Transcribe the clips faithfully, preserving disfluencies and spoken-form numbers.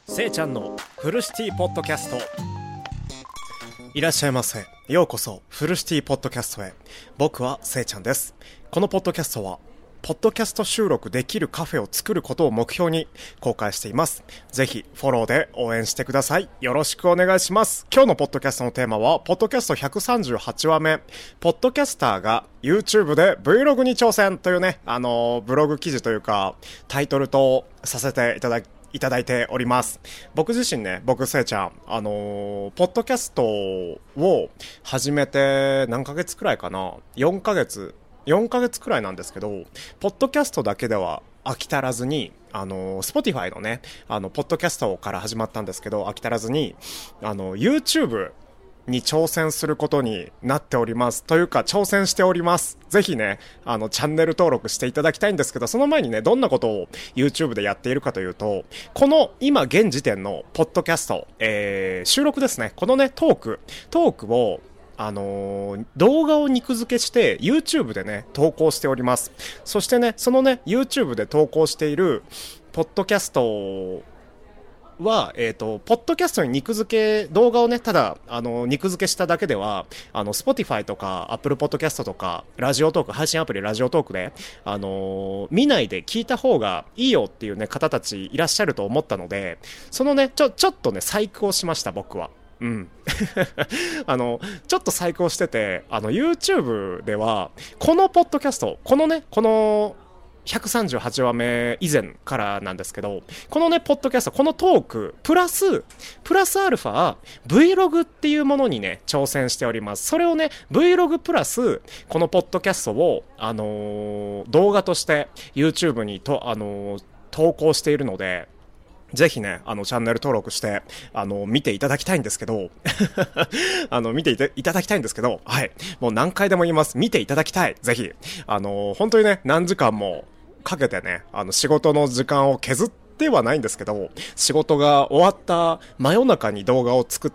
せいちゃんのフルシティポッドキャスト。いらっしゃいませ。ようこそフルシティポッドキャストへ。僕はせいちゃんです。このポッドキャストはポッドキャスト収録できるカフェを作ることを目標に公開しています。ぜひフォローで応援してください。よろしくお願いします。今日のポッドキャストのテーマはポッドキャストひゃくさんじゅうはちわめ、ポッドキャスターが YouTube で Vlog に挑戦というね、あのブログ記事というかタイトルとさせていただきいただいております。僕自身ね、僕せいちゃん、あのー、ポッドキャストを始めて何ヶ月くらいかな ?よん ヶ月、よんかげつくらいなんですけど、ポッドキャストだけでは飽き足らずに、あのー、Spotify のね、あの、ポッドキャストから始まったんですけど、飽き足らずに、あの、YouTube、に挑戦することになっております。というか挑戦しております。ぜひね、あのチャンネル登録していただきたいんですけど、その前にね、どんなことを YouTube でやっているかというと、この今現時点のポッドキャスト、えー、収録ですね。このね、トーク、トークをあのー、動画を肉付けして YouTube でね、投稿しております。そしてね、そのね、YouTube で投稿しているポッドキャストは、えっと、ポッドキャストに肉付け、動画をね、ただ、あの、肉付けしただけでは、あの、Spotify とか、Apple Podcast とか、ラジオトーク、配信アプリラジオトークで、あのー、見ないで聞いた方がいいよっていうね、方たちいらっしゃると思ったので、そのね、ちょ、ちょっとね、細工をしました、僕は。うん。あの、ちょっと細工をしてて、あの、YouTube では、このポッドキャスト、このね、この、ひゃくさんじゅうはちわめ以前からなんですけど、このね、ポッドキャスト、このトーク、プラス、プラスアルファ、Vlog っていうものにね、挑戦しております。それをね、Vlog プラス、このポッドキャストを、あのー、動画として YouTube にと、あのー、投稿しているので、ぜひね、あの、チャンネル登録して、あの、見ていただきたいんですけど、あの、見ていた、いただきたいんですけど、はい。もう何回でも言います。見ていただきたい。ぜひ。あの、本当にね、何時間もかけてね、あの、仕事の時間を削ってはないんですけど、仕事が終わった真夜中に動画を作って、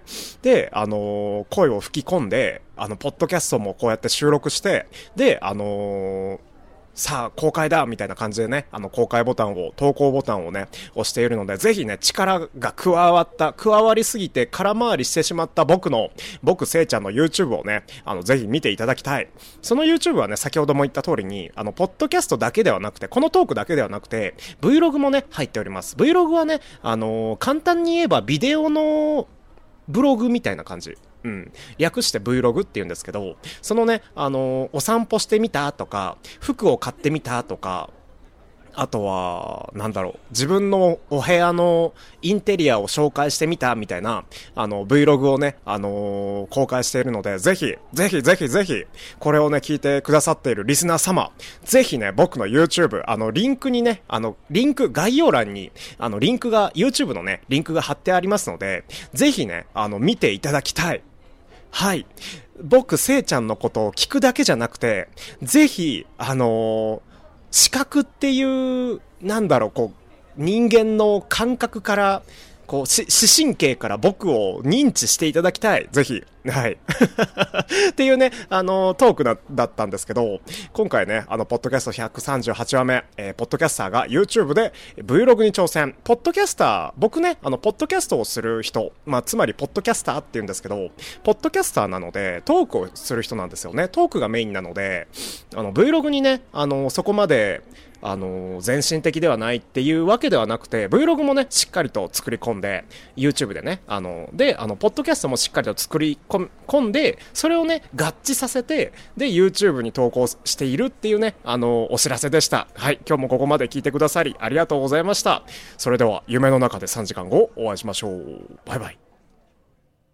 で、あの、声を吹き込んで、あの、ポッドキャストもこうやって収録して、で、あの、さあ公開だみたいな感じでね、あの公開ボタンを、投稿ボタンをね、押しているので、ぜひね、力が加わった、加わりすぎて空回りしてしまった僕の、僕せいちゃんの YouTube をね、あの、ぜひ見ていただきたい。その YouTube はね、先ほども言った通りに、あの、ポッドキャストだけではなくて、このトークだけではなくて、Vlog もね、入っております。Vlog はね、あのー、簡単に言えばビデオのブログみたいな感じ。うん。略して Vlog って言うんですけど、そのね、あのー、お散歩してみたとか、服を買ってみたとか、あとは、なんだろう、自分のお部屋のインテリアを紹介してみたみたいな、あの、Vlog をね、あのー、公開しているので、ぜひ、ぜひぜひぜひ、これをね、聞いてくださっているリスナー様、ぜひね、僕の YouTube、あの、リンクにね、あの、リンク、概要欄に、あの、リンクが、YouTube のね、リンクが貼ってありますので、ぜひね、あの、見ていただきたい。はい。僕、せいちゃんのことを聞くだけじゃなくて、ぜひ、あのー、視覚っていう、なんだろう、こう、人間の感覚から、こう、視神経から僕を認知していただきたい。ぜひ。はい。っていうね、あの、トークだ、だったんですけど、今回ね、あの、ポッドキャストひゃくさんじゅうはちわめ、えー、ポッドキャスターが YouTube で Vlog に挑戦。ポッドキャスター、僕ね、あの、ポッドキャストをする人、まあ、つまり、ポッドキャスターって言うんですけど、ポッドキャスターなので、トークをする人なんですよね。トークがメインなので、あの、Vlog にね、あの、そこまで、あの、前進的ではないっていうわけではなくて、Vlog もね、しっかりと作り込んで、YouTube でね、あの、で、あの、ポッドキャストもしっかりと作り込んで、それをね、合致させて、で、YouTube に投稿しているっていうね、あの、お知らせでした。はい、今日もここまで聞いてくださり、ありがとうございました。それでは、夢の中でさんじかんご、お会いしましょう。バイバイ。